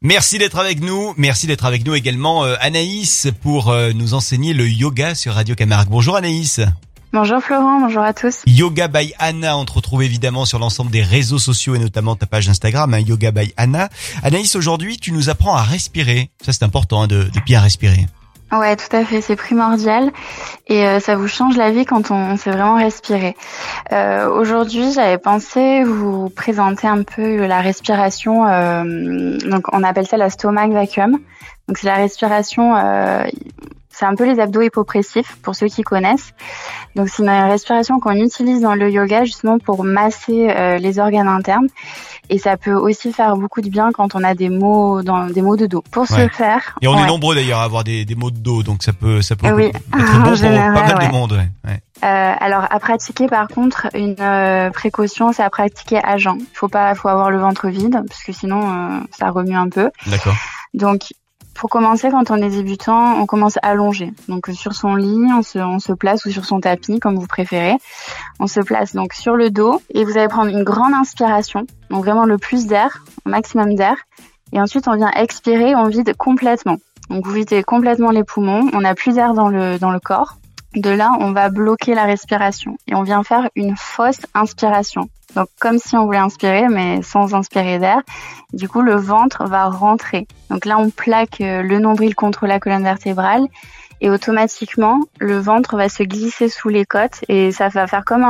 Merci d'être avec nous. Merci d'être avec nous également Anaïs pour nous enseigner le yoga sur Radio Camargue. Bonjour Anaïs. Bonjour Florent, bonjour à tous. Yoga by Anna, on te retrouve évidemment sur l'ensemble des réseaux sociaux et notamment ta page Instagram, Yoga by Anna. Anaïs, aujourd'hui, tu nous apprends à respirer. Ça, c'est important de bien respirer. Ouais, tout à fait, c'est primordial et ça vous change la vie quand on sait vraiment respirer. Aujourd'hui, j'avais pensé vous présenter un peu la respiration. Donc, on appelle ça la stomach vacuum. Donc, c'est la respiration. C'est un peu les abdos hypopressifs pour ceux qui connaissent. Donc c'est une respiration qu'on utilise dans le yoga justement pour masser les organes internes et ça peut aussi faire beaucoup de bien quand on a des maux de dos. Pour ce faire, et on est nombreux d'ailleurs à avoir des maux de dos, donc ça peut oui, être bon général, pour pas mal de monde. Ouais. Alors à pratiquer par contre une précaution, c'est à pratiquer à jeun. Faut avoir le ventre vide parce que sinon ça remue un peu. D'accord. Donc pour commencer, quand on est débutant, on commence allongé. Donc sur son lit, on se place ou sur son tapis, comme vous préférez. On se place donc sur le dos et vous allez prendre une grande inspiration, donc vraiment le plus d'air, un maximum d'air. Et ensuite, on vient expirer, on vide complètement. Donc vous videz complètement les poumons, on n'a plus d'air dans le corps. De là, on va bloquer la respiration et on vient faire une fausse inspiration. Donc comme si on voulait inspirer mais sans inspirer d'air. Du coup, le ventre va rentrer. Donc là, on plaque le nombril contre la colonne vertébrale et automatiquement, le ventre va se glisser sous les côtes et ça va faire comme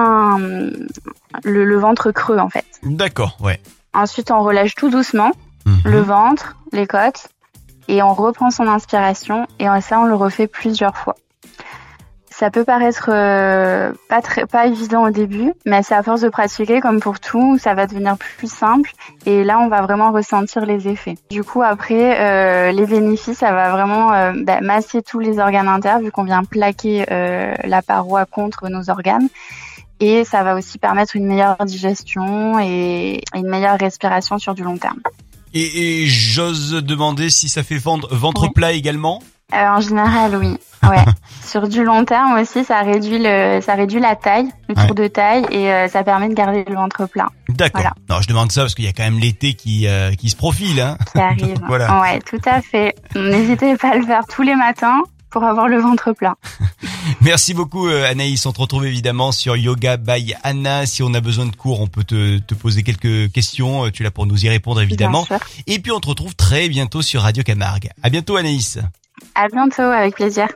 le ventre creux en fait. D'accord, ouais. Ensuite, on relâche tout doucement le ventre, les côtes et on reprend son inspiration et ça, on le refait plusieurs fois. Ça peut paraître pas évident au début, mais c'est à force de pratiquer, comme pour tout, ça va devenir plus simple. Et là, on va vraiment ressentir les effets. Du coup, après, les bénéfices, ça va vraiment masser tous les organes internes, vu qu'on vient plaquer la paroi contre nos organes. Et ça va aussi permettre une meilleure digestion et une meilleure respiration sur du long terme. Et j'ose demander si ça fait ventre plat également ? En général, oui. Ouais. Sur du long terme aussi, ça réduit la taille, le tour de taille, et ça permet de garder le ventre plein. D'accord. Voilà. Non, je demande ça parce qu'il y a quand même l'été qui se profile, hein. Qui arrive. Voilà. Ouais, tout à fait. N'hésitez pas à le faire tous les matins pour avoir le ventre plein. Merci beaucoup Anaïs, on te retrouve évidemment sur Yoga by Anna. Si on a besoin de cours, on peut te poser quelques questions, tu es là pour nous y répondre évidemment. Et puis on te retrouve très bientôt sur Radio Camargue. À bientôt Anaïs. À bientôt, avec plaisir.